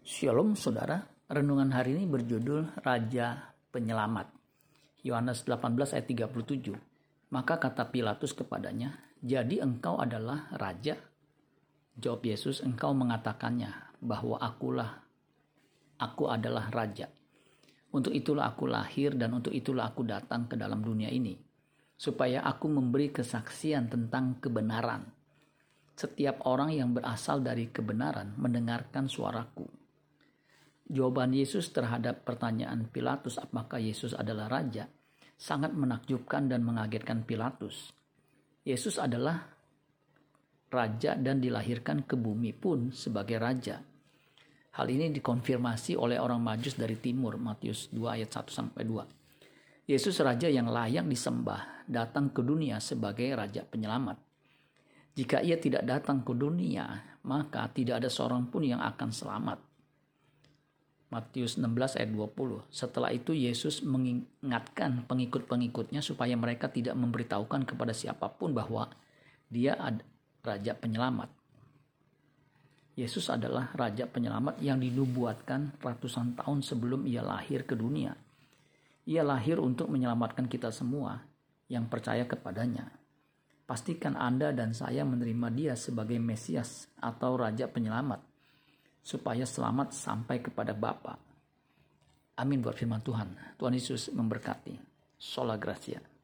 Shalom saudara, renungan hari ini berjudul Raja Penyelamat. Yohanes 18 ayat 37. Maka kata Pilatus kepadanya, jadi engkau adalah raja? Jawab Yesus, engkau mengatakannya bahwa aku adalah raja. Untuk itulah aku lahir dan untuk itulah aku datang ke dalam dunia ini, supaya aku memberi kesaksian tentang kebenaran. Setiap orang yang berasal dari kebenaran mendengarkan suaraku. Jawaban Yesus terhadap pertanyaan Pilatus apakah Yesus adalah raja sangat menakjubkan dan mengagetkan Pilatus. Yesus adalah raja dan dilahirkan ke bumi pun sebagai raja. Hal ini dikonfirmasi oleh orang Majus dari timur, Matius 2 ayat 1-2. Yesus raja yang layak disembah datang ke dunia sebagai raja penyelamat. Jika ia tidak datang ke dunia, maka tidak ada seorang pun yang akan selamat. Matius 16 ayat 20. Setelah itu Yesus mengingatkan pengikut-pengikutnya supaya mereka tidak memberitahukan kepada siapapun bahwa dia raja penyelamat. Yesus adalah raja penyelamat yang dinubuatkan ratusan tahun sebelum ia lahir ke dunia. Ia lahir untuk menyelamatkan kita semua yang percaya kepadanya. Pastikan Anda dan saya menerima dia sebagai Mesias atau raja penyelamat, supaya selamat sampai kepada Bapa. Amin buat firman Tuhan. Tuhan Yesus memberkati. Sola Gracia.